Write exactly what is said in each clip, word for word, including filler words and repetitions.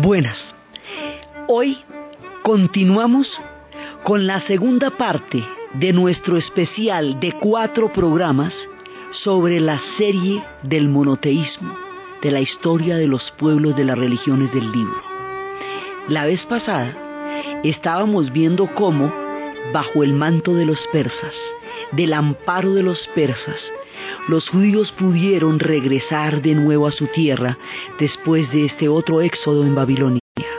Buenas. Hoy continuamos con la segunda parte de nuestro especial de cuatro programas sobre la serie del monoteísmo, de la historia de los pueblos de las religiones del libro. La vez pasada estábamos viendo cómo, bajo el manto de los persas, del amparo de los persas, los judíos pudieron regresar de nuevo a su tierra después de este otro éxodo en Babilonia.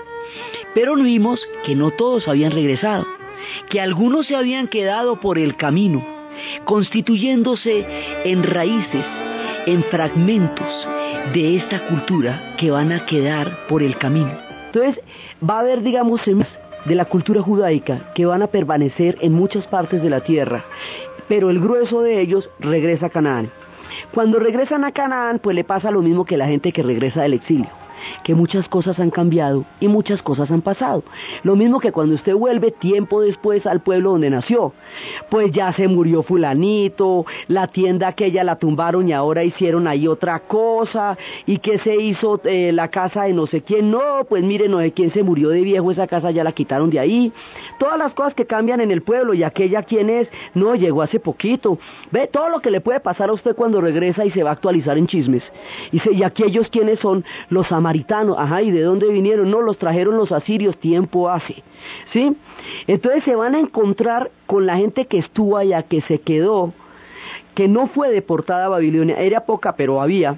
Pero vimos que no todos habían regresado, que algunos se habían quedado por el camino, constituyéndose en raíces, en fragmentos de esta cultura que van a quedar por el camino. Entonces va a haber, digamos, semillas de la cultura judaica que van a permanecer en muchas partes de la tierra, pero el grueso de ellos regresa a Canaán. Cuando regresan a Canaán, pues le pasa lo mismo que la gente que regresa del exilio, que muchas cosas han cambiado y muchas cosas han pasado. Lo mismo que cuando usted vuelve tiempo después al pueblo donde nació, pues ya se murió fulanito, la tienda aquella la tumbaron y ahora hicieron ahí otra cosa, y que se hizo eh, la casa de no sé quién, no, pues mire, no sé quién se murió de viejo, esa casa ya la quitaron de ahí. Todas las cosas que cambian en el pueblo, y aquella quién es, no, llegó hace poquito. Ve todo lo que le puede pasar a usted cuando regresa y se va a actualizar en chismes. Y, se, y aquellos quiénes son, los samaritanos. Ajá, ¿y de dónde vinieron? No, los trajeron los asirios tiempo hace, ¿sí? Entonces se van a encontrar con la gente que estuvo allá, que se quedó, que no fue deportada a Babilonia, era poca, pero había.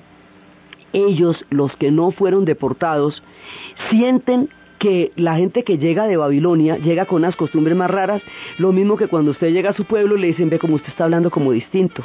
Ellos, los que no fueron deportados, sienten que la gente que llega de Babilonia llega con unas costumbres más raras, lo mismo que cuando usted llega a su pueblo le dicen, ve como usted está hablando como distinto.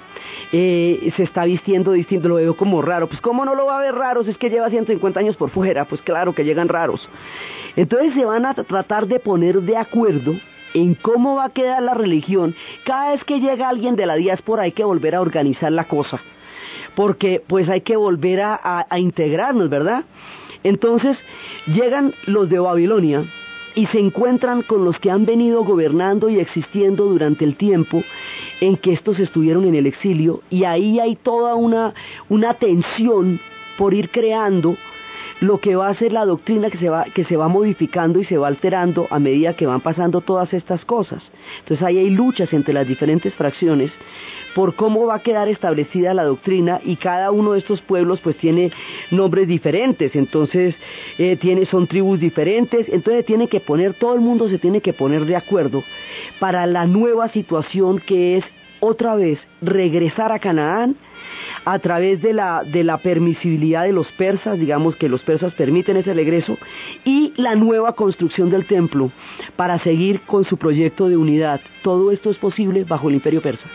Eh, se está vistiendo distinto, lo veo como raro. Pues ¿cómo no lo va a ver raro si es que lleva ciento cincuenta años por fuera? Pues claro que llegan raros. Entonces se van a tratar de poner de acuerdo en cómo va a quedar la religión. Cada vez que llega alguien de la diáspora hay que volver a organizar la cosa, porque pues hay que volver a, a, a integrarnos, ¿verdad? Entonces llegan los de Babilonia y se encuentran con los que han venido gobernando y existiendo durante el tiempo en que estos estuvieron en el exilio, y ahí hay toda una, una tensión por ir creando lo que va a ser la doctrina que se va, que se va modificando y se va alterando a medida que van pasando todas estas cosas. Entonces ahí hay luchas entre las diferentes fracciones por cómo va a quedar establecida la doctrina, y cada uno de estos pueblos pues tiene nombres diferentes, entonces eh, tiene, son tribus diferentes, entonces tiene que poner, todo el mundo se tiene que poner de acuerdo para la nueva situación que es otra vez regresar a Canaán a través de la, de la permisibilidad de los persas, digamos que los persas permiten ese regreso, y la nueva construcción del templo para seguir con su proyecto de unidad. Todo esto es posible bajo el imperio persa.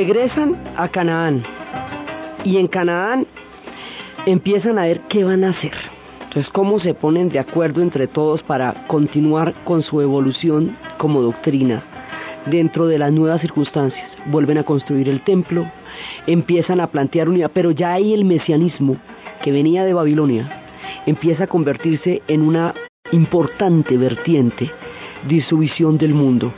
regresan a Canaán y en Canaán empiezan a ver qué van a hacer. Entonces, cómo se ponen de acuerdo entre todos para continuar con su evolución como doctrina dentro de las nuevas circunstancias. Vuelven a construir el templo, empiezan a plantear unidad, pero ya ahí el mesianismo que venía de Babilonia empieza a convertirse en una importante vertiente de su visión del mundo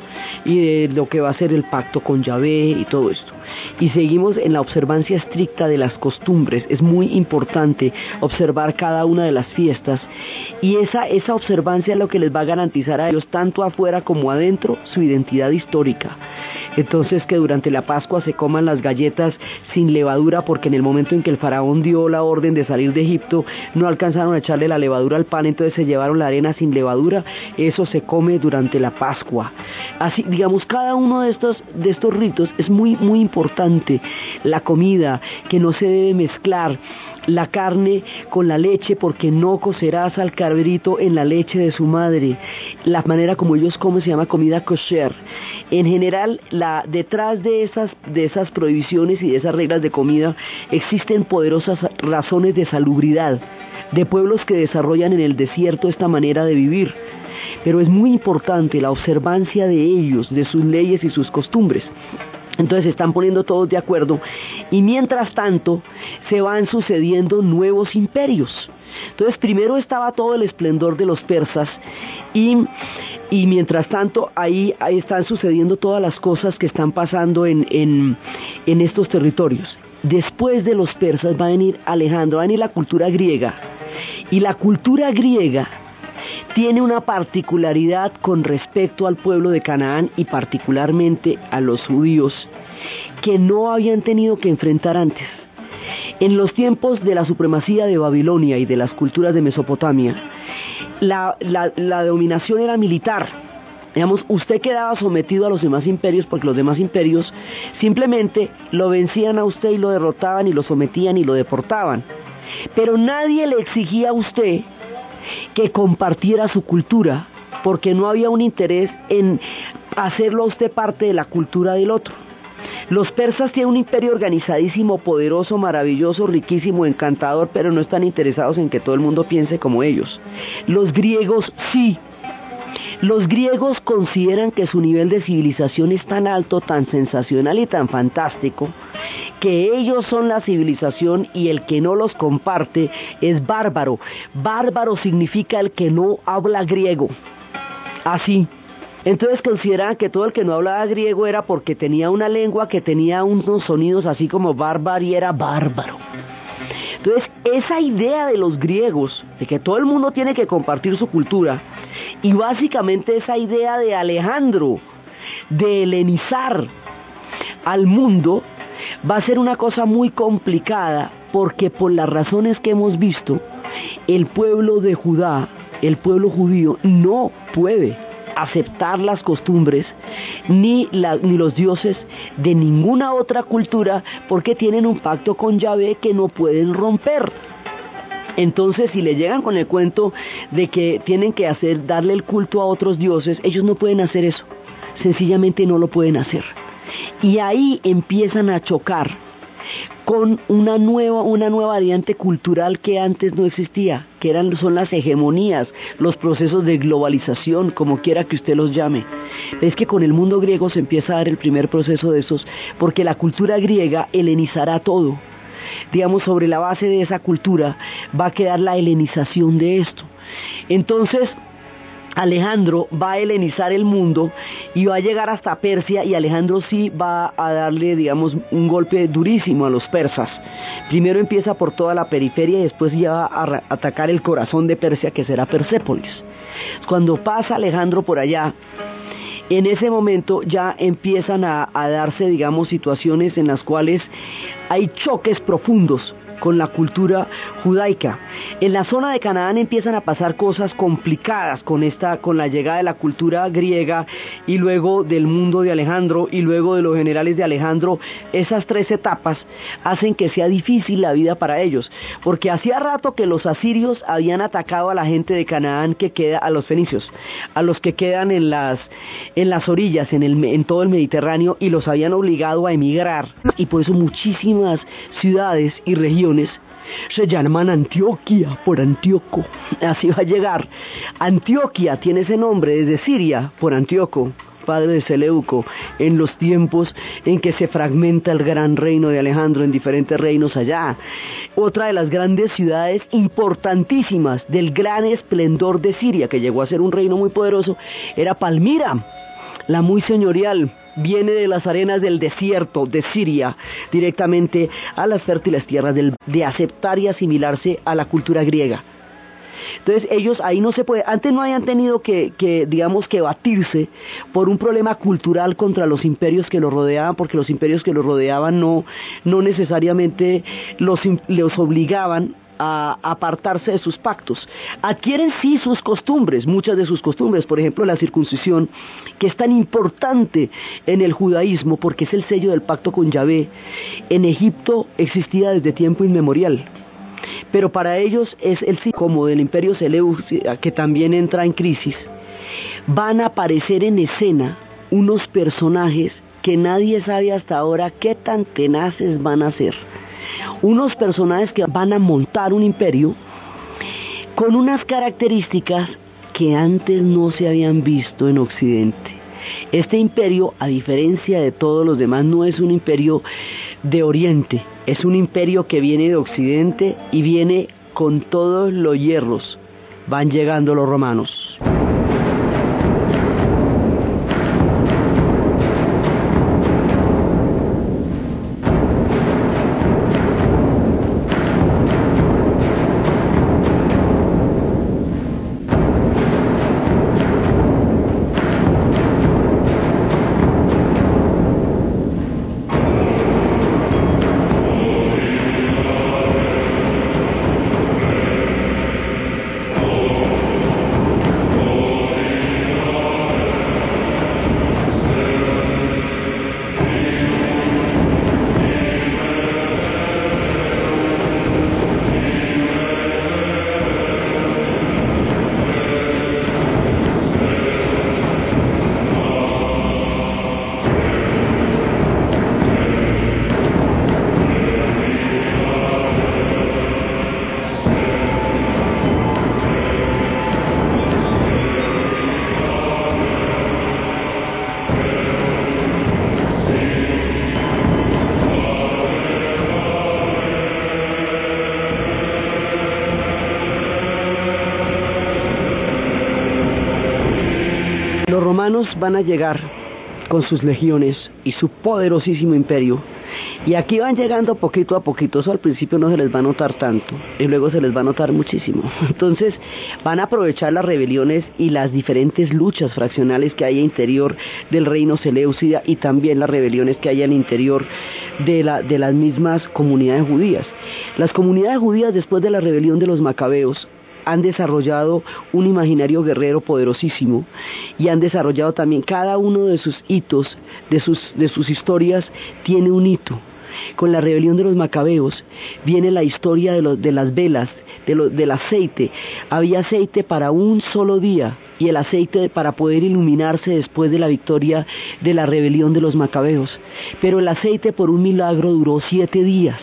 y de lo que va a ser el pacto con Yahvé y todo esto. Y seguimos en la observancia estricta de las costumbres. Es muy importante observar cada una de las fiestas, y esa, esa observancia es lo que les va a garantizar a ellos, tanto afuera como adentro, su identidad histórica. Entonces, que durante la Pascua se coman las galletas sin levadura, porque en el momento en que el faraón dio la orden de salir de Egipto, no alcanzaron a echarle la levadura al pan, entonces se llevaron la arena sin levadura. Eso se come durante la Pascua. Así, digamos, cada uno de estos, de estos ritos es muy, muy importante. La comida, que no se debe mezclar la carne con la leche, porque no cocerás al cabrito en la leche de su madre. La manera como ellos comen se llama comida kosher. En general, la, detrás de esas, de esas prohibiciones y de esas reglas de comida existen poderosas razones de salubridad, de pueblos que desarrollan en el desierto esta manera de vivir. Pero es muy importante la observancia de ellos, de sus leyes y sus costumbres. Entonces se están poniendo todos de acuerdo, y mientras tanto se van sucediendo nuevos imperios. Entonces primero estaba todo el esplendor de los persas, y, y mientras tanto ahí, ahí están sucediendo todas las cosas que están pasando en, en, en estos territorios. Después de los persas va a venir Alejandro, va a venir la cultura griega, y la cultura griega tiene una particularidad con respecto al pueblo de Canaán y particularmente a los judíos, que no habían tenido que enfrentar antes. En los tiempos de la supremacía de Babilonia y de las culturas de Mesopotamia, la, la, la dominación era militar. Digamos, usted quedaba sometido a los demás imperios, porque los demás imperios simplemente lo vencían a usted y lo derrotaban y lo sometían y lo deportaban. Pero nadie le exigía a usted que compartiera su cultura, porque no había un interés en hacerlo a usted parte de la cultura del otro. Los persas tienen un imperio organizadísimo, poderoso, maravilloso, riquísimo, encantador, pero no están interesados en que todo el mundo piense como ellos. Los griegos sí. Los griegos consideran que su nivel de civilización es tan alto, tan sensacional y tan fantástico, que ellos son la civilización y el que no los comparte es bárbaro. Bárbaro significa el que no habla griego. Así. Entonces consideraban que todo el que no hablaba griego era porque tenía una lengua que tenía unos sonidos así como bárbaro y era bárbaro. Entonces esa idea de los griegos, de que todo el mundo tiene que compartir su cultura, y básicamente esa idea de Alejandro, de helenizar al mundo, va a ser una cosa muy complicada, porque por las razones que hemos visto, el pueblo de Judá, el pueblo judío, no puede aceptar las costumbres ni, la, ni los dioses de ninguna otra cultura, porque tienen un pacto con Yahvé que no pueden romper. Entonces, si le llegan con el cuento de que tienen que hacer, darle el culto a otros dioses, ellos no pueden hacer eso, sencillamente no lo pueden hacer. Y ahí empiezan a chocar con una nueva, una nueva variante cultural que antes no existía, que eran, son las hegemonías, los procesos de globalización, como quiera que usted los llame. Es que con el mundo griego se empieza a dar el primer proceso de esos, porque la cultura griega helenizará todo. Digamos, sobre la base de esa cultura va a quedar la helenización de esto. Entonces Alejandro va a helenizar el mundo y va a llegar hasta Persia, y Alejandro sí va a darle, digamos, un golpe durísimo a los persas. Primero empieza por toda la periferia y después ya va a atacar el corazón de Persia, que será Persépolis. Cuando pasa Alejandro por allá, en ese momento ya empiezan a, a darse, digamos, situaciones en las cuales hay choques profundos con la cultura judaica. En la zona de Canaán empiezan a pasar cosas complicadas con esta, con la llegada de la cultura griega y luego del mundo de Alejandro y luego de los generales de Alejandro. Esas tres etapas hacen que sea difícil la vida para ellos, porque hacía rato que los asirios habían atacado a la gente de Canaán que queda, a los fenicios, a los que quedan en las, en las orillas, en, el, en todo el Mediterráneo, y los habían obligado a emigrar, y por eso muchísimas ciudades y regiones se llaman Antioquia, por Antíoco. Así va a llegar. Antioquia tiene ese nombre desde Siria, por Antíoco, padre de Seleuco, en los tiempos en que se fragmenta el gran reino de Alejandro en diferentes reinos allá. Otra de las grandes ciudades importantísimas del gran esplendor de Siria, que llegó a ser un reino muy poderoso, era Palmira, la muy señorial. Viene de las arenas del desierto de Siria, directamente a las fértiles tierras del, de aceptar y asimilarse a la cultura griega. Entonces ellos ahí no se puede, antes no habían tenido que, que digamos que batirse por un problema cultural contra los imperios que los rodeaban, porque los imperios que los rodeaban no, no necesariamente los, los obligaban a apartarse de sus pactos. Adquieren sí sus costumbres, muchas de sus costumbres, por ejemplo la circuncisión, que es tan importante en el judaísmo porque es el sello del pacto con Yahvé. En Egipto existía desde tiempo inmemorial, pero para ellos es el sí, como del imperio Seleucida, que también entra en crisis. Van a aparecer en escena unos personajes que nadie sabe hasta ahora qué tan tenaces van a ser. Unos personajes que van a montar un imperio con unas características que antes no se habían visto en Occidente. Este imperio, a diferencia de todos los demás, no es un imperio de Oriente, es un imperio que viene de Occidente y viene con todos los hierros. Van llegando los romanos. Los romanos van a llegar con sus legiones y su poderosísimo imperio, y aquí van llegando poquito a poquito. Eso al principio no se les va a notar tanto y luego se les va a notar muchísimo. Entonces van a aprovechar las rebeliones y las diferentes luchas fraccionales que hay al interior del reino Seleucida, y también las rebeliones que hay al interior de, la, de las mismas comunidades judías. Las comunidades judías, después de la rebelión de los macabeos, han desarrollado un imaginario guerrero poderosísimo, y han desarrollado también cada uno de sus hitos, de sus, de sus historias, tiene un hito. Con la rebelión de los macabeos viene la historia de, los, de las velas, de lo, del aceite. Había aceite para un solo día, y el aceite para poder iluminarse después de la victoria de la rebelión de los macabeos. Pero el aceite por un milagro duró siete días.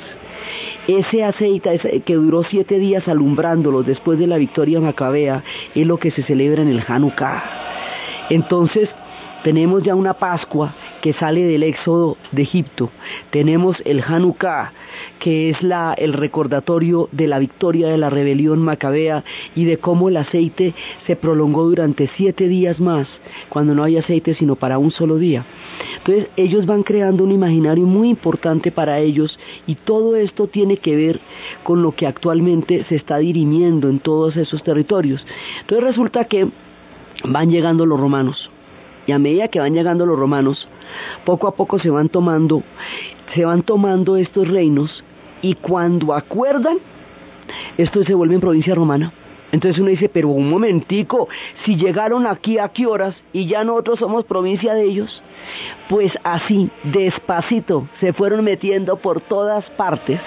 Ese aceite que duró siete días alumbrándolos después de la victoria macabea es lo que se celebra en el Hanukkah. Entonces tenemos ya una Pascua que sale del éxodo de Egipto. Tenemos el Hanukkah, que es la, el recordatorio de la victoria de la rebelión macabea y de cómo el aceite se prolongó durante siete días más, cuando no hay aceite sino para un solo día. Entonces ellos van creando un imaginario muy importante para ellos, y todo esto tiene que ver con lo que actualmente se está dirimiendo en todos esos territorios. Entonces resulta que van llegando los romanos, y a medida que van llegando los romanos, poco a poco se van tomando, se van tomando estos reinos y cuando acuerdan, esto se vuelve en provincia romana. Entonces uno dice, pero un momentico, si llegaron aquí a qué horas y ya nosotros somos provincia de ellos, pues así, despacito, se fueron metiendo por todas partes.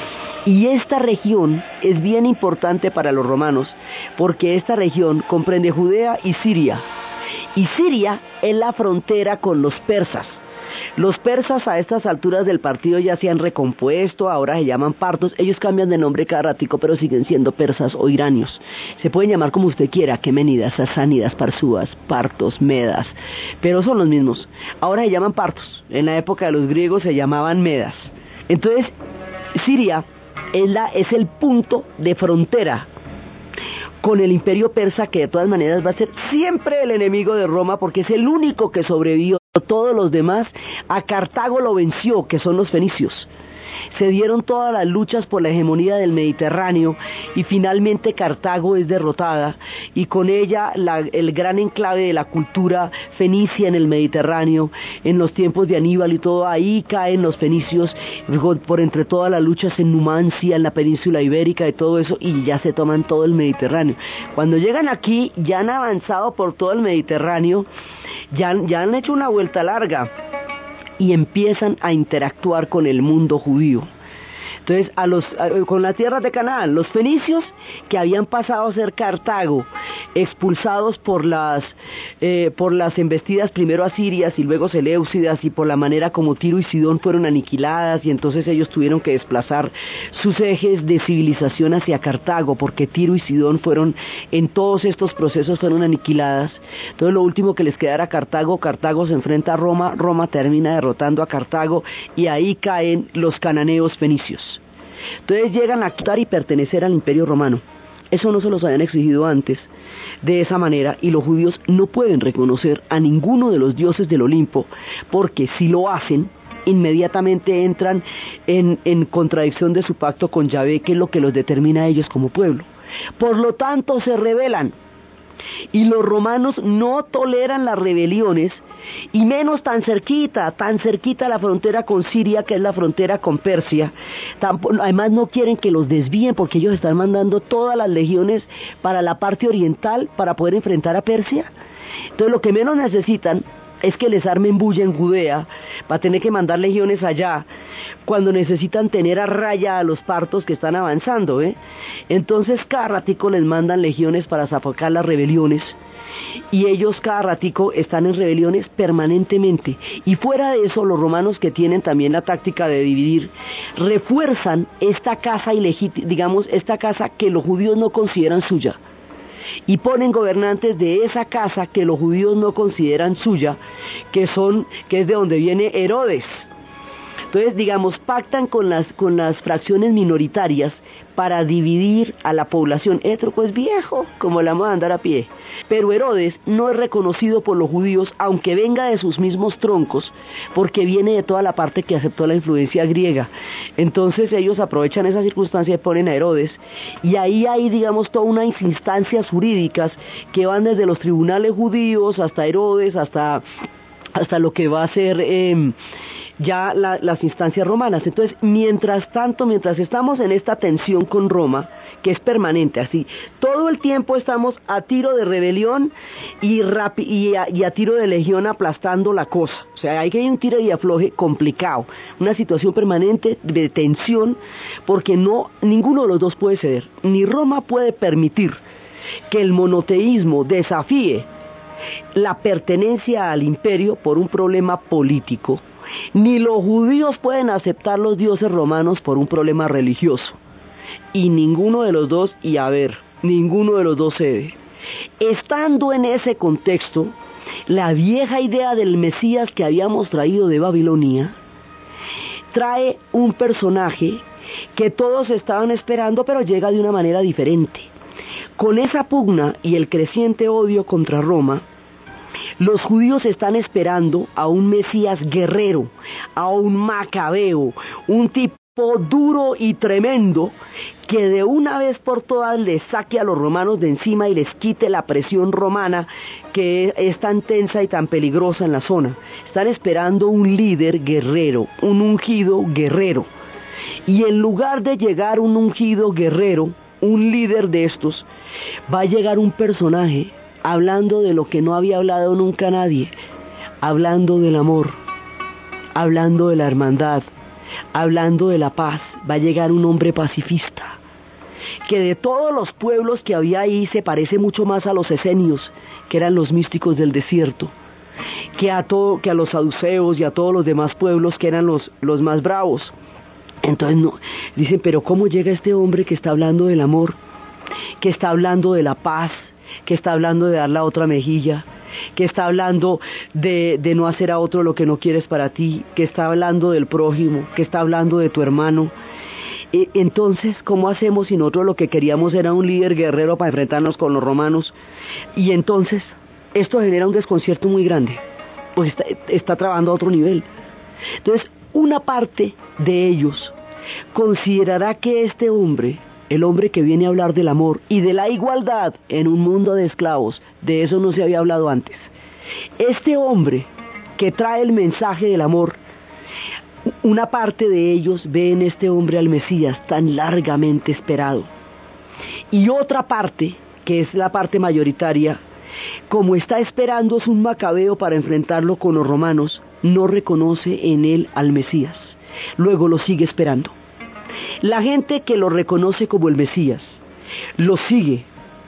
Y esta región es bien importante para los romanos, porque esta región comprende Judea y Siria. Y Siria es la frontera con los persas. Los persas a estas alturas del partido ya se han recompuesto, ahora se llaman partos, ellos cambian de nombre cada ratico, pero siguen siendo persas o iranios. Se pueden llamar como usted quiera, queménidas, sasánidas, parsúas, partos, medas, pero son los mismos. Ahora se llaman partos, en la época de los griegos se llamaban medas. Entonces, Siria es, la, es el punto de frontera con el imperio persa, que de todas maneras va a ser siempre el enemigo de Roma, porque es el único que sobrevivió. Todos los demás, a Cartago lo venció, que son los fenicios. Se dieron todas las luchas por la hegemonía del Mediterráneo y finalmente Cartago es derrotada y con ella la, el gran enclave de la cultura fenicia en el Mediterráneo, en los tiempos de Aníbal y todo, ahí caen los fenicios por entre todas las luchas en Numancia, en la península ibérica y todo eso, y ya se toman todo el Mediterráneo. Cuando llegan aquí ya han avanzado por todo el Mediterráneo, ya, ya han hecho una vuelta larga y empiezan a interactuar con el mundo judío. Entonces, a los, a, con la tierra de Canaán, los fenicios que habían pasado a ser Cartago, expulsados por las, eh, por las embestidas primero asirias y luego seleucidas, y por la manera como Tiro y Sidón fueron aniquiladas, y entonces ellos tuvieron que desplazar sus ejes de civilización hacia Cartago, porque Tiro y Sidón fueron, en todos estos procesos fueron aniquiladas. Entonces lo último que les queda era Cartago, Cartago se enfrenta a Roma, Roma termina derrotando a Cartago, y ahí caen los cananeos fenicios. Entonces llegan a actuar y pertenecer al imperio romano. Eso no se los habían exigido antes de esa manera, y los judíos no pueden reconocer a ninguno de los dioses del Olimpo, porque si lo hacen, inmediatamente entran en, en contradicción de su pacto con Yahvé, que es lo que los determina a ellos como pueblo. Por lo tanto se rebelan, y los romanos no toleran las rebeliones, y menos tan cerquita, tan cerquita a la frontera con Siria, que es la frontera con Persia. Tampoco, además no quieren que los desvíen, porque ellos están mandando todas las legiones para la parte oriental para poder enfrentar a Persia. Entonces lo que menos necesitan es que les armen bulla en Judea para tener que mandar legiones allá, cuando necesitan tener a raya a los partos que están avanzando, ¿eh? Entonces cada ratico les mandan legiones para sofocar las rebeliones, y ellos cada ratico están en rebeliones permanentemente. Y fuera de eso, los romanos, que tienen también la táctica de dividir, refuerzan esta casa ilegítima, digamos, esta casa que los judíos no consideran suya, y ponen gobernantes de esa casa que los judíos no consideran suya, que son, que es de donde viene Herodes. Entonces, digamos, pactan con las, con las fracciones minoritarias para dividir a la población. Étroco es viejo, como la vamos a andar a pie. Pero Herodes no es reconocido por los judíos, aunque venga de sus mismos troncos, porque viene de toda la parte que aceptó la influencia griega. Entonces ellos aprovechan esa circunstancia y ponen a Herodes, y ahí hay, digamos, todas unas instancias jurídicas que van desde los tribunales judíos hasta Herodes, hasta, hasta lo que va a ser Eh, ya la, las instancias romanas. Entonces, mientras tanto, mientras estamos en esta tensión con Roma, que es permanente, así, todo el tiempo estamos a tiro de rebelión y, rapi, y, a, y a tiro de legión aplastando la cosa. O sea, hay que ir un tiro y afloje complicado, una situación permanente de tensión, porque no, ninguno de los dos puede ceder. Ni Roma puede permitir que el monoteísmo desafíe la pertenencia al imperio por un problema político, ni los judíos pueden aceptar los dioses romanos por un problema religioso, y ninguno de los dos, y a ver, ninguno de los dos cede. Estando en ese contexto, la vieja idea del Mesías que habíamos traído de Babilonia trae un personaje que todos estaban esperando, pero llega de una manera diferente. Con esa pugna y el creciente odio contra Roma, los judíos están esperando a un Mesías guerrero, a un Macabeo, un tipo duro y tremendo, que de una vez por todas les saque a los romanos de encima y les quite la presión romana, que es tan tensa y tan peligrosa en la zona. Están esperando un líder guerrero, un ungido guerrero. Y en lugar de llegar un ungido guerrero, un líder de estos, va a llegar un personaje hablando de lo que no había hablado nunca nadie, hablando del amor, hablando de la hermandad, hablando de la paz. Va a llegar un hombre pacifista, que de todos los pueblos que había ahí se parece mucho más a los esenios, que eran los místicos del desierto, que a, todo, que a los saduceos y a todos los demás pueblos que eran los, los más bravos. Entonces no, dicen, pero ¿cómo llega este hombre que está hablando del amor, que está hablando de la paz, que está hablando de dar la otra mejilla, que está hablando de, de no hacer a otro lo que no quieres para ti, que está hablando del prójimo, que está hablando de tu hermano? E, entonces, ¿cómo hacemos si nosotros lo que queríamos era un líder guerrero para enfrentarnos con los romanos? Y entonces, esto genera un desconcierto muy grande, pues está, está trabajando a otro nivel. Entonces, una parte de ellos considerará que este hombre, el hombre que viene a hablar del amor y de la igualdad en un mundo de esclavos, de eso no se había hablado antes, este hombre que trae el mensaje del amor, una parte de ellos ve en este hombre al Mesías tan largamente esperado, y otra parte, que es la parte mayoritaria, como está esperando es un macabeo para enfrentarlo con los romanos, no reconoce en él al Mesías, luego lo sigue esperando. La gente que lo reconoce como el Mesías, lo sigue,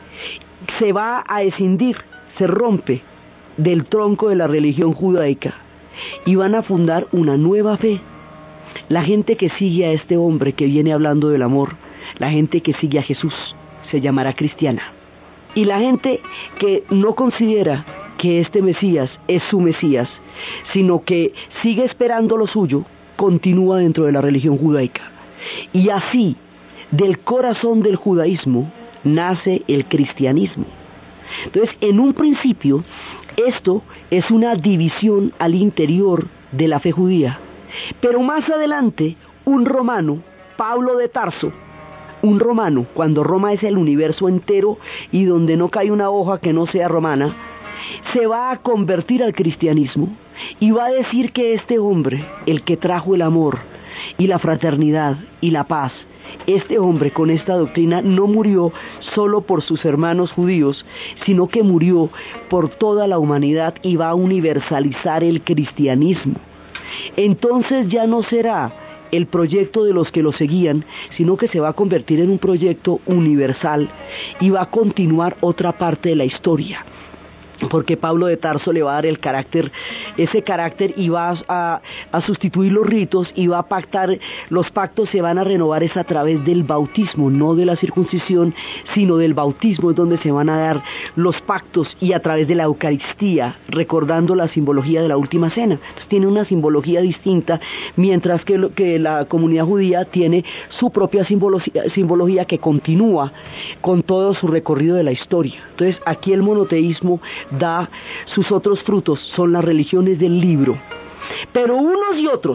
se va a escindir, se rompe del tronco de la religión judaica y van a fundar una nueva fe. La gente que sigue a este hombre que viene hablando del amor, la gente que sigue a Jesús, se llamará cristiana. Y la gente que no considera que este Mesías es su Mesías, sino que sigue esperando lo suyo, continúa dentro de la religión judaica. Y así, del corazón del judaísmo, nace el cristianismo. Entonces, en un principio, esto es una división al interior de la fe judía. Pero más adelante, un romano, Pablo de Tarso, un romano, cuando Roma es el universo entero y donde no cae una hoja que no sea romana, se va a convertir al cristianismo y va a decir que este hombre, el que trajo el amor y la fraternidad y la paz, este hombre con esta doctrina no murió solo por sus hermanos judíos, sino que murió por toda la humanidad y va a universalizar el cristianismo. Entonces ya no será el proyecto de los que lo seguían, sino que se va a convertir en un proyecto universal y va a continuar otra parte de la historia. Porque Pablo de Tarso le va a dar el carácter, ese carácter, y va a, a sustituir los ritos y va a pactar, los pactos se van a renovar es a través del bautismo, no de la circuncisión, sino del bautismo es donde se van a dar los pactos, y a través de la Eucaristía, recordando la simbología de la última cena. Entonces tiene una simbología distinta, mientras que, lo, que la comunidad judía tiene su propia simbología, simbología que continúa con todo su recorrido de la historia. Entonces aquí el monoteísmo da sus otros frutos, son las religiones del libro. Pero unos y otros,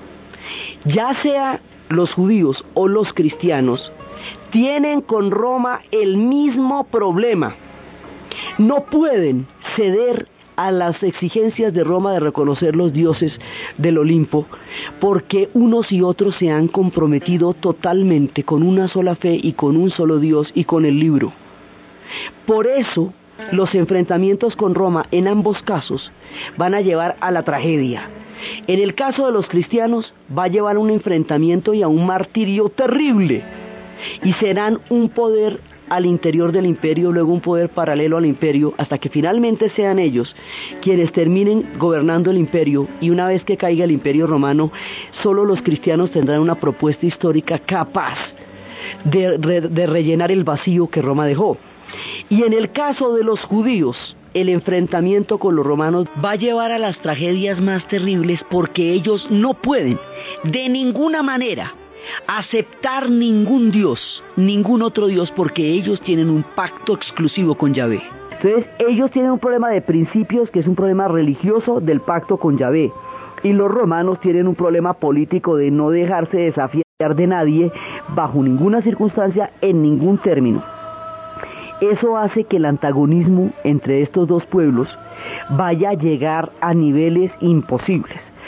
ya sea los judíos o los cristianos, tienen con Roma el mismo problema. No pueden ceder a las exigencias de Roma de reconocer los dioses del Olimpo, porque unos y otros se han comprometido totalmente con una sola fe y con un solo Dios y con el libro. Por eso, los enfrentamientos con Roma en ambos casos van a llevar a la tragedia. En el caso de los cristianos va a llevar a un enfrentamiento y a un martirio terrible, y serán un poder al interior del imperio, luego un poder paralelo al imperio, hasta que finalmente sean ellos quienes terminen gobernando el imperio, y una vez que caiga el imperio romano, solo los cristianos tendrán una propuesta histórica capaz de, de, de rellenar el vacío que Roma dejó. Y en el caso de los judíos, el enfrentamiento con los romanos va a llevar a las tragedias más terribles, porque ellos no pueden de ninguna manera aceptar ningún dios, ningún otro dios, porque ellos tienen un pacto exclusivo con Yahvé. Entonces ellos tienen un problema de principios, que es un problema religioso del pacto con Yahvé, y los romanos tienen un problema político de no dejarse desafiar de nadie bajo ninguna circunstancia, en ningún término. Eso hace que el antagonismo entre estos dos pueblos vaya a llegar a niveles imposibles.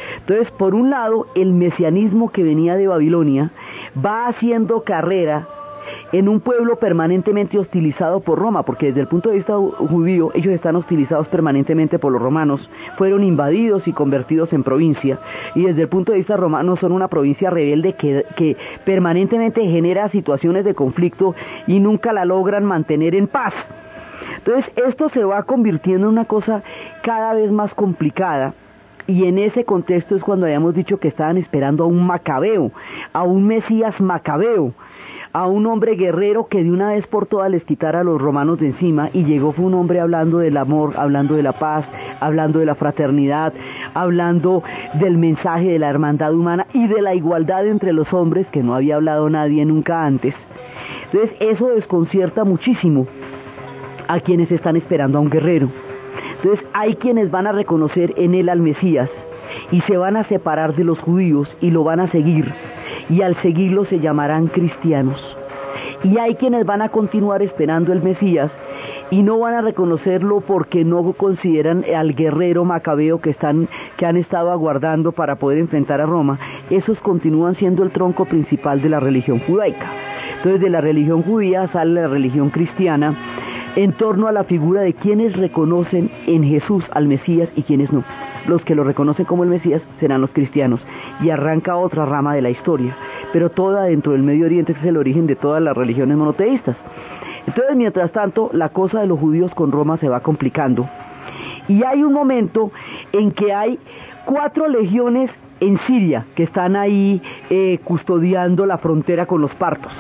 Entonces, por un lado, el mesianismo que venía de Babilonia va haciendo carrera en un pueblo permanentemente hostilizado por Roma, porque desde el punto de vista judío ellos están hostilizados permanentemente por los romanos, fueron invadidos y convertidos en provincia, y desde el punto de vista romano son una provincia rebelde que, que permanentemente genera situaciones de conflicto y nunca la logran mantener en paz. Entonces esto se va convirtiendo en una cosa cada vez más complicada, y en ese contexto es cuando habíamos dicho que estaban esperando a un macabeo, a un Mesías macabeo, a un hombre guerrero que de una vez por todas les quitara a los romanos de encima, y llegó fue un hombre hablando del amor, hablando de la paz, hablando de la fraternidad, hablando del mensaje de la hermandad humana y de la igualdad entre los hombres, que no había hablado nadie nunca antes. Entonces eso desconcierta muchísimo a quienes están esperando a un guerrero. Entonces hay quienes van a reconocer en él al Mesías y se van a separar de los judíos y lo van a seguir, y al seguirlo se llamarán cristianos. Y hay quienes van a continuar esperando el Mesías y no van a reconocerlo porque no consideran al guerrero macabeo que están que han estado aguardando para poder enfrentar a Roma. Esos continúan siendo el tronco principal de la religión judaica. Entonces de la religión judía sale la religión cristiana en torno a la figura de quienes reconocen en Jesús al Mesías y quienes no. Los que lo reconocen como el Mesías serán los cristianos, y arranca otra rama de la historia, pero toda dentro del Medio Oriente, que es el origen de todas las religiones monoteístas. Entonces, mientras tanto, la cosa de los judíos con Roma se va complicando, y hay un momento en que hay cuatro legiones en Siria que están ahí eh, custodiando la frontera con los partos,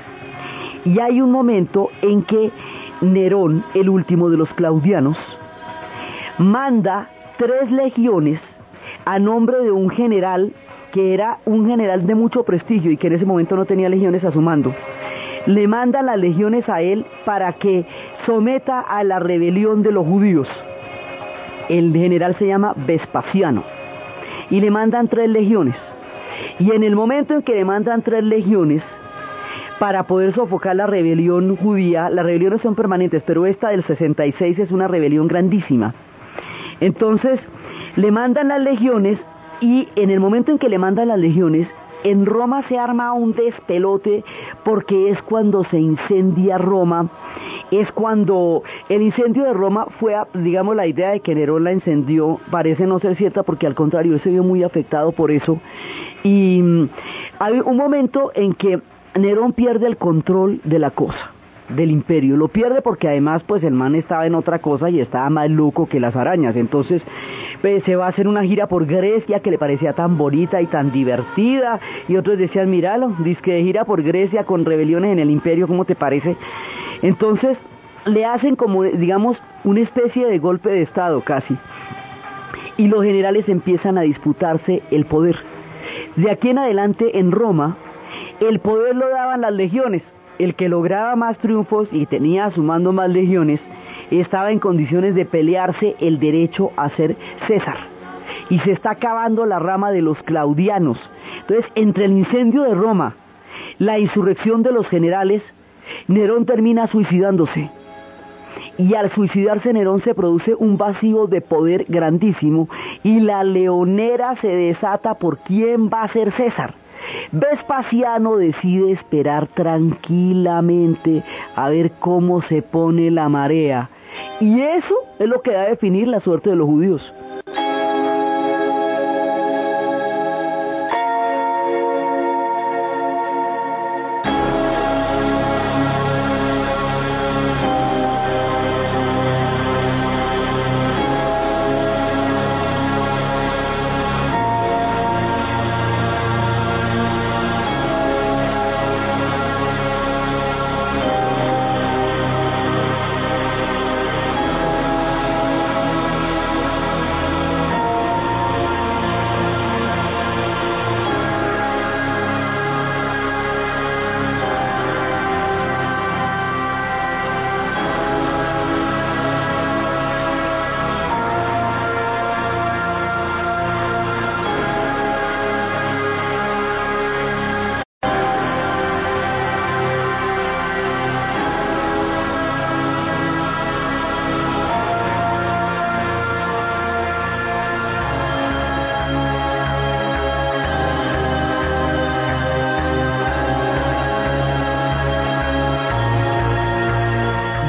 y hay un momento en que Nerón, el último de los claudianos, manda tres legiones a nombre de un general que era un general de mucho prestigio y que en ese momento no tenía legiones a su mando. Le manda las legiones a él para que someta a la rebelión de los judíos. El general se llama Vespasiano y le mandan tres legiones, y en el momento en que le mandan tres legiones para poder sofocar la rebelión judía, las rebeliones son permanentes, pero esta del sesenta y seis es una rebelión grandísima. Entonces le mandan las legiones, y en el momento en que le mandan las legiones, en Roma se arma un despelote, porque es cuando se incendia Roma, es cuando el incendio de Roma fue, digamos, la idea de que Nerón la incendió parece no ser cierta, porque al contrario, él se vio muy afectado por eso, y hay un momento en que Nerón pierde el control de la cosa, del imperio, lo pierde porque además pues el man estaba en otra cosa y estaba más loco que las arañas. Entonces pues, se va a hacer una gira por Grecia que le parecía tan bonita y tan divertida, y otros decían, míralo, dizque de gira por Grecia con rebeliones en el imperio, ¿cómo te parece? Entonces le hacen como, digamos, una especie de golpe de estado casi, y los generales empiezan a disputarse el poder. De aquí en adelante en Roma el poder lo daban las legiones. El que lograba más triunfos y tenía a su mando más legiones estaba en condiciones de pelearse el derecho a ser César. Y se está acabando la rama de los claudianos. Entonces, entre el incendio de Roma, la insurrección de los generales, Nerón termina suicidándose. Y al suicidarse Nerón se produce un vacío de poder grandísimo, y la leonera se desata por quién va a ser César. Vespasiano decide esperar tranquilamente a ver cómo se pone la marea, y eso es lo que va a definir la suerte de los judíos.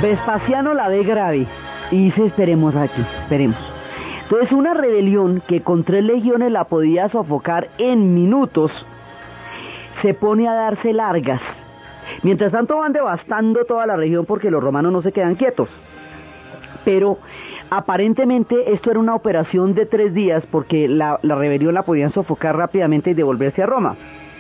Vespasiano la ve grave y dice, esperemos aquí, esperemos. Entonces una rebelión que con tres legiones la podía sofocar en minutos, se pone a darse largas. Mientras tanto van devastando toda la región porque los romanos no se quedan quietos. Pero aparentemente esto era una operación de tres días porque la, la rebelión la podían sofocar rápidamente y devolverse a Roma.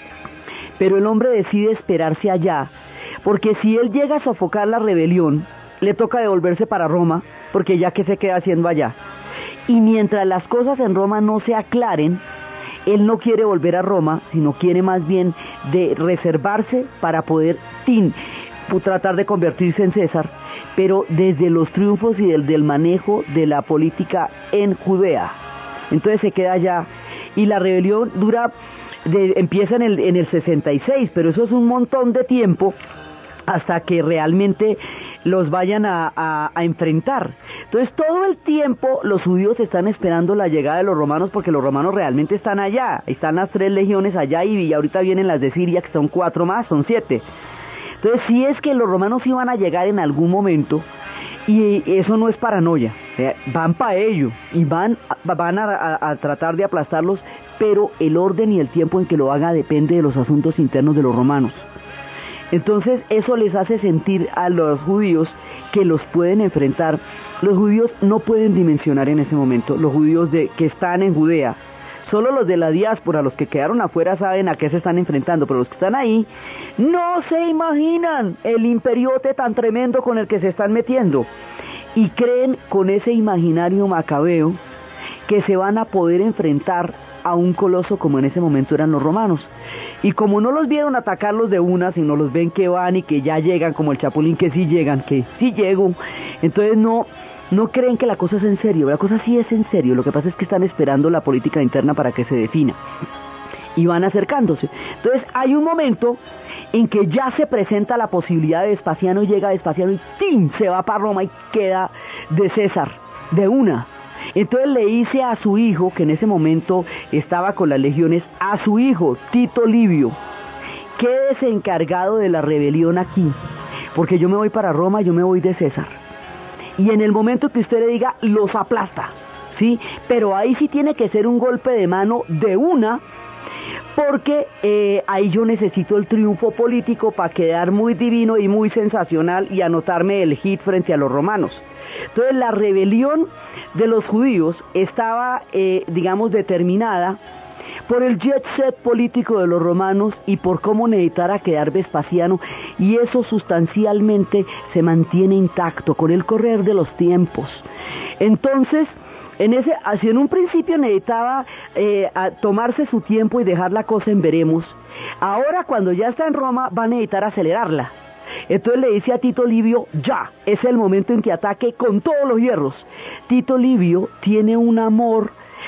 Pero el hombre decide esperarse allá, porque si él llega a sofocar la rebelión, le toca devolverse para Roma, porque ya que se queda haciendo allá. Y mientras las cosas en Roma no se aclaren, él no quiere volver a Roma, sino quiere más bien de reservarse para poder tin, tratar de convertirse en César, pero desde los triunfos y del, del manejo de la política en Judea. Entonces se queda allá, y la rebelión dura, de, empieza en el, en el sesenta y seis, pero eso es un montón de tiempo, hasta que realmente los vayan a, a, a enfrentar. Entonces todo el tiempo los judíos están esperando la llegada de los romanos, porque los romanos realmente están allá, están las tres legiones allá, y, y ahorita vienen las de Siria, que son cuatro más, son siete. Entonces sí es que los romanos iban a llegar en algún momento, y eso no es paranoia, eh, van para ello, y van, van a, a, a tratar de aplastarlos, pero el orden y el tiempo en que lo haga depende de los asuntos internos de los romanos. Entonces eso les hace sentir a los judíos que los pueden enfrentar. Los judíos no pueden dimensionar en ese momento, los judíos de, que están en Judea. Solo los de la diáspora, los que quedaron afuera, saben a qué se están enfrentando, pero los que están ahí no se imaginan el imperiote tan tremendo con el que se están metiendo. Y creen con ese imaginario macabeo que se van a poder enfrentar a un coloso como en ese momento eran los romanos. Y como no los vieron atacarlos de una, sino los ven que van y que ya llegan, como el Chapulín, que sí llegan, que sí llego, entonces no, no creen que la cosa es en serio. La cosa sí es en serio, lo que pasa es que están esperando la política interna para que se defina, y van acercándose. Entonces hay un momento en que ya se presenta la posibilidad de Vespasiano, y llega Vespasiano y ¡tim!, se va para Roma y queda de César, de una. Entonces le dice a su hijo, que en ese momento estaba con las legiones, a su hijo, Tito Livio, quédese encargado de la rebelión aquí, porque yo me voy para Roma, yo me voy de César. Y en el momento que usted le diga, los aplasta, ¿sí? Pero ahí sí tiene que ser un golpe de mano de una, porque eh, ahí yo necesito el triunfo político para quedar muy divino y muy sensacional y anotarme el hit frente a los romanos. Entonces la rebelión de los judíos estaba, eh, digamos, determinada por el jet set político de los romanos y por cómo necesitara quedar Vespasiano, y eso sustancialmente se mantiene intacto con el correr de los tiempos. Entonces, en ese, así en un principio necesitaba eh, a tomarse su tiempo y dejar la cosa en veremos. Ahora, cuando ya está en Roma, va a necesitar acelerarla. Entonces le dice a Tito Livio, ya, es el momento en que ataque con todos los hierros. Tito Livio tiene un amor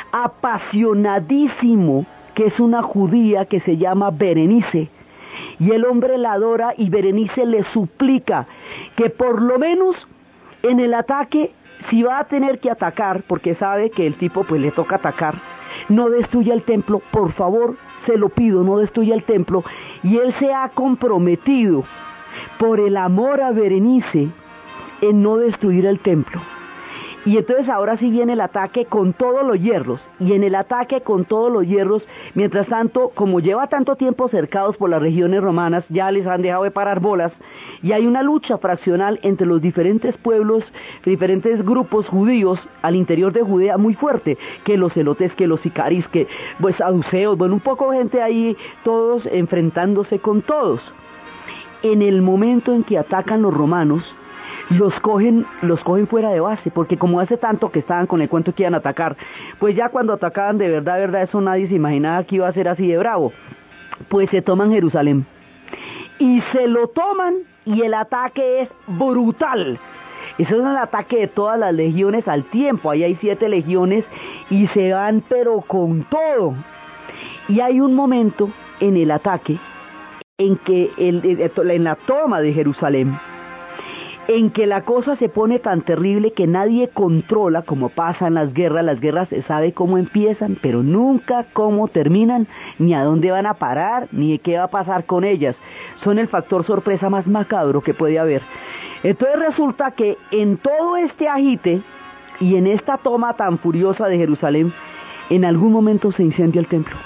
apasionadísimo, que es una judía que se llama Berenice, y el hombre la adora, y Berenice le suplica que por lo menos en el ataque, si va a tener que atacar, porque sabe que el tipo pues le toca atacar, no destruya el templo, por favor, se lo pido, no destruya el templo. Y él se ha comprometido por el amor a Berenice en no destruir el templo. Y entonces ahora sí viene el ataque con todos los hierros, y en el ataque con todos los hierros, mientras tanto, como lleva tanto tiempo cercados por las regiones romanas, ya les han dejado de parar bolas, y hay una lucha fraccional entre los diferentes pueblos, diferentes grupos judíos al interior de Judea muy fuerte, que los celotes, que los sicaris, que pues saduceos, bueno, un poco de gente ahí, todos enfrentándose con todos. En el momento en que atacan los romanos, los cogen, los cogen fuera de base, porque como hace tanto que estaban con el cuento que iban a atacar, pues ya cuando atacaban de verdad, verdad, eso nadie se imaginaba que iba a ser así de bravo. Pues se toman Jerusalén, y se lo toman, y el ataque es brutal. Ese es el ataque de todas las legiones al tiempo, ahí hay siete legiones, y se van pero con todo. Y hay un momento en el ataque, en que el, en la toma de Jerusalén, en que la cosa se pone tan terrible que nadie controla, como pasa en las guerras. Las guerras se sabe cómo empiezan, pero nunca cómo terminan, ni a dónde van a parar, ni qué va a pasar con ellas. Son el factor sorpresa más macabro que puede haber. Entonces resulta que en todo este agite y en esta toma tan furiosa de Jerusalén, en algún momento se incendia el templo.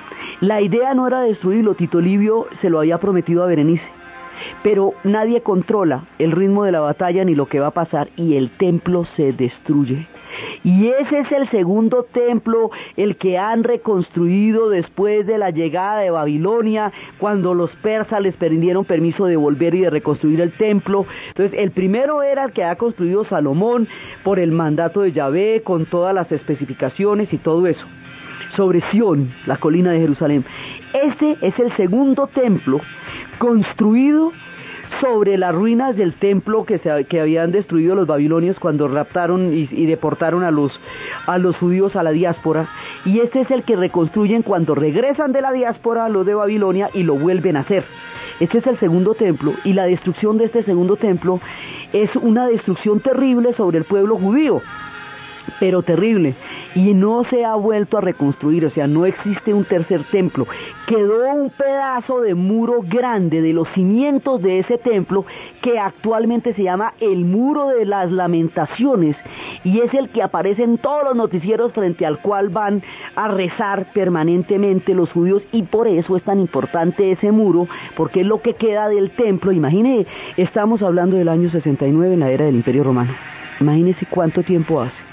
La idea no era destruirlo, Tito Livio se lo había prometido a Berenice, pero nadie controla el ritmo de la batalla ni lo que va a pasar y el templo se destruye. Y ese es el segundo templo, el que han reconstruido después de la llegada de Babilonia, cuando los persas les pidieron permiso de volver y de reconstruir el templo. Entonces el primero era el que ha construido Salomón por el mandato de Yahvé, con todas las especificaciones y todo eso, sobre Sión, la colina de Jerusalén. Este es el segundo templo construido sobre las ruinas del templo que, se, que habían destruido los babilonios cuando raptaron y, y deportaron a los, a los judíos a la diáspora, y este es el que reconstruyen cuando regresan de la diáspora los de Babilonia y lo vuelven a hacer. Este es el segundo templo, y la destrucción de este segundo templo es una destrucción terrible sobre el pueblo judío, pero terrible, y no se ha vuelto a reconstruir, o sea, no existe un tercer templo. Quedó un pedazo de muro grande de los cimientos de ese templo que actualmente se llama el Muro de las Lamentaciones, y es el que aparece en todos los noticieros frente al cual van a rezar permanentemente los judíos, y por eso es tan importante ese muro, porque es lo que queda del templo. Imagine, estamos hablando del año sesenta y nueve en la era del Imperio Romano, imagínese cuánto tiempo hace.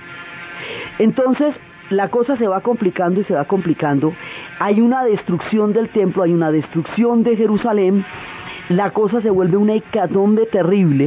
Entonces la cosa se va complicando y se va complicando, hay una destrucción del templo, hay una destrucción de Jerusalén, la cosa se vuelve una hecatombe terrible,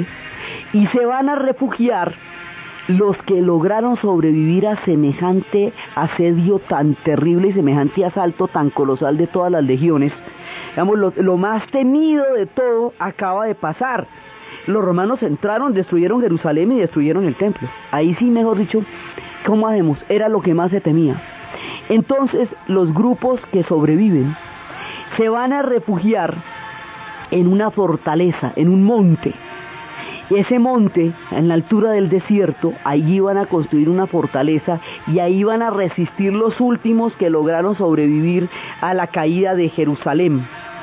y se van a refugiar los que lograron sobrevivir a semejante asedio tan terrible y semejante asalto tan colosal de todas las legiones. Digamos, lo, lo más temido de todo acaba de pasar. Los romanos entraron, destruyeron Jerusalén y destruyeron el templo. Ahí sí, mejor dicho, ¿cómo hacemos? Era lo que más se temía. Entonces, los grupos que sobreviven se van a refugiar en una fortaleza, en un monte. Y ese monte, en la altura del desierto, allí van a construir una fortaleza y ahí van a resistir los últimos que lograron sobrevivir a la caída de Jerusalén.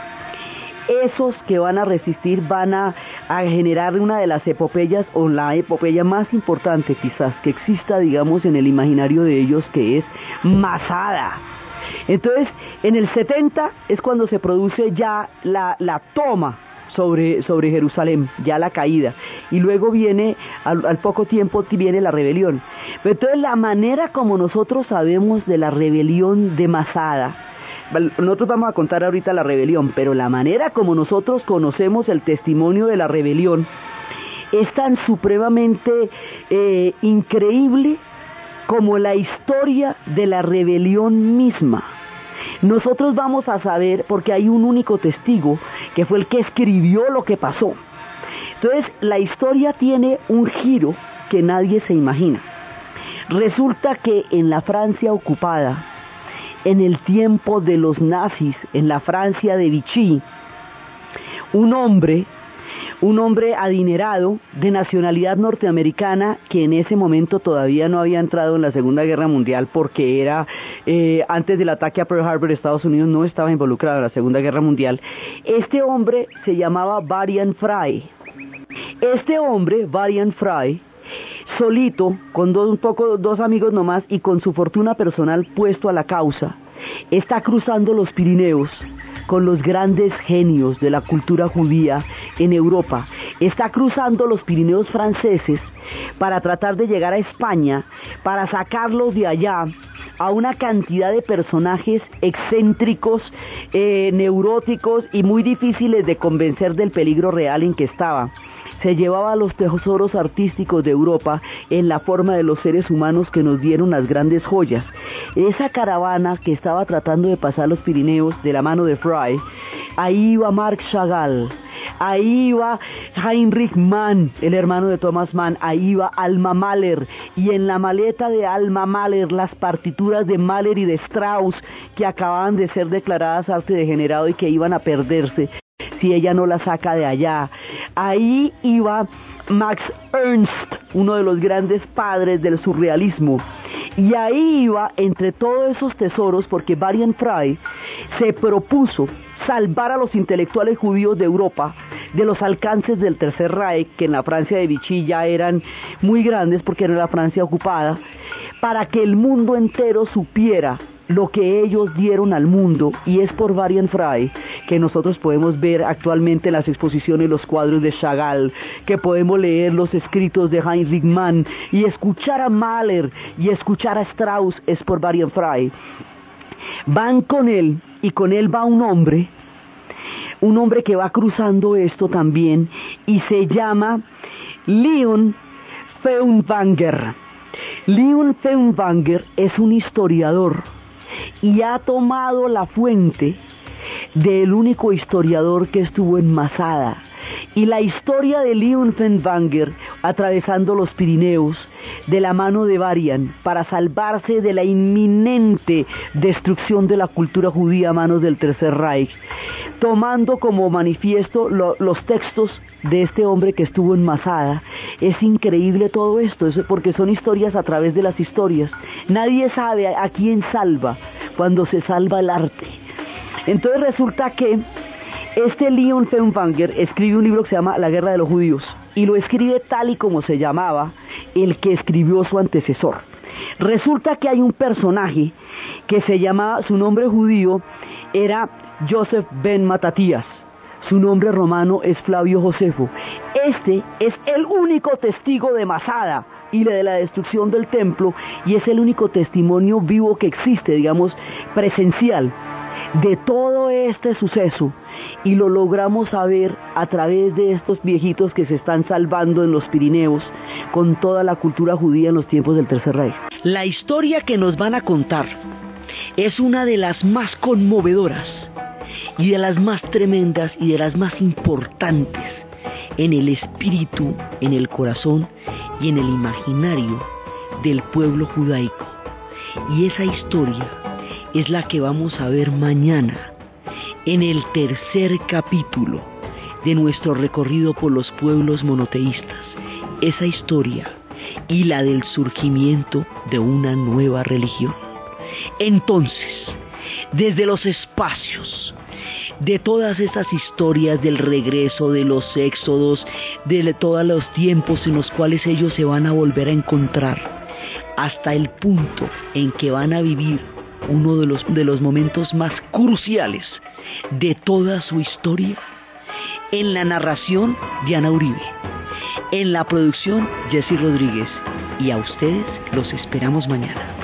Esos que van a resistir van a, a generar una de las epopeyas, o la epopeya más importante quizás que exista, digamos, en el imaginario de ellos, que es Masada. Entonces, en el setenta es cuando se produce ya la, la toma sobre, sobre Jerusalén, ya la caída, y luego viene, al, al poco tiempo viene la rebelión. Pero entonces la manera como nosotros sabemos de la rebelión de Masada, nosotros vamos a contar ahorita la rebelión, pero la manera como nosotros conocemos el testimonio de la rebelión es tan supremamente eh, increíble como la historia de la rebelión misma. Nosotros vamos a saber, porque hay un único testigo, que fue el que escribió lo que pasó. Entonces, la historia tiene un giro que nadie se imagina. Resulta que en la Francia ocupada, en el tiempo de los nazis, en la Francia de Vichy, un hombre, un hombre adinerado de nacionalidad norteamericana, que en ese momento todavía no había entrado en la Segunda Guerra Mundial, porque era, eh, antes del ataque a Pearl Harbor, Estados Unidos no estaba involucrado en la Segunda Guerra Mundial. Este hombre se llamaba Varian Fry. Este hombre, Varian Fry, solito, con dos, un poco, dos amigos nomás, y con su fortuna personal puesto a la causa, está cruzando los Pirineos con los grandes genios de la cultura judía en Europa. Está cruzando los Pirineos franceses para tratar de llegar a España, para sacarlos de allá a una cantidad de personajes excéntricos, eh, neuróticos y muy difíciles de convencer del peligro real en que estaba. Se llevaba los tesoros artísticos de Europa en la forma de los seres humanos que nos dieron las grandes joyas. Esa caravana que estaba tratando de pasar los Pirineos de la mano de Fry, ahí iba Marc Chagall, ahí iba Heinrich Mann, el hermano de Thomas Mann, ahí iba Alma Mahler, y en la maleta de Alma Mahler las partituras de Mahler y de Strauss, que acababan de ser declaradas arte degenerado y que iban a perderse si ella no la saca de allá. Ahí iba Max Ernst, uno de los grandes padres del surrealismo, y ahí iba entre todos esos tesoros, porque Varian Fry se propuso salvar a los intelectuales judíos de Europa, de los alcances del Tercer Reich, que en la Francia de Vichy ya eran muy grandes porque era la Francia ocupada, para que el mundo entero supiera lo que ellos dieron al mundo, y es por Varian-Frei que nosotros podemos ver actualmente en las exposiciones los cuadros de Chagall, que podemos leer los escritos de Heinrich Mann y escuchar a Mahler y escuchar a Strauss. Es por Varian-Frei. Van con él, y con él va un hombre, un hombre que va cruzando esto también, y se llama Leon Feuchtwanger. Leon Feuchtwanger es un historiador y ha tomado la fuente del único historiador que estuvo en Masada. Y la historia de Leon Feuchtwanger atravesando los Pirineos de la mano de Varian para salvarse de la inminente destrucción de la cultura judía a manos del Tercer Reich, tomando como manifiesto lo, los textos de este hombre que estuvo en Masada. Es increíble todo esto, eso porque son historias a través de las historias. Nadie sabe a, a quién salva cuando se salva el arte. Entonces resulta que este Leon Feuchtwanger escribe un libro que se llama La Guerra de los Judíos, y lo escribe tal y como se llamaba el que escribió su antecesor. Resulta que hay un personaje que se llamaba, su nombre judío era Joseph ben Matatías, su nombre romano es Flavio Josefo. Este es el único testigo de Masada y de la destrucción del templo, y es el único testimonio vivo que existe, digamos, presencial, de todo este suceso, y lo logramos saber a través de estos viejitos que se están salvando en los Pirineos con toda la cultura judía en los tiempos del Tercer Reich. La historia que nos van a contar es una de las más conmovedoras y de las más tremendas y de las más importantes en el espíritu, en el corazón y en el imaginario del pueblo judaico. Y esa historia es la que vamos a ver mañana en el tercer capítulo de nuestro recorrido por los pueblos monoteístas. Esa historia y la del surgimiento de una nueva religión. Entonces, desde los espacios de todas esas historias del regreso, de los éxodos, de todos los tiempos en los cuales ellos se van a volver a encontrar, hasta el punto en que van a vivir uno de los, de los momentos más cruciales de toda su historia, en la narración Diana Uribe, en la producción Jessy Rodríguez, y a ustedes los esperamos mañana.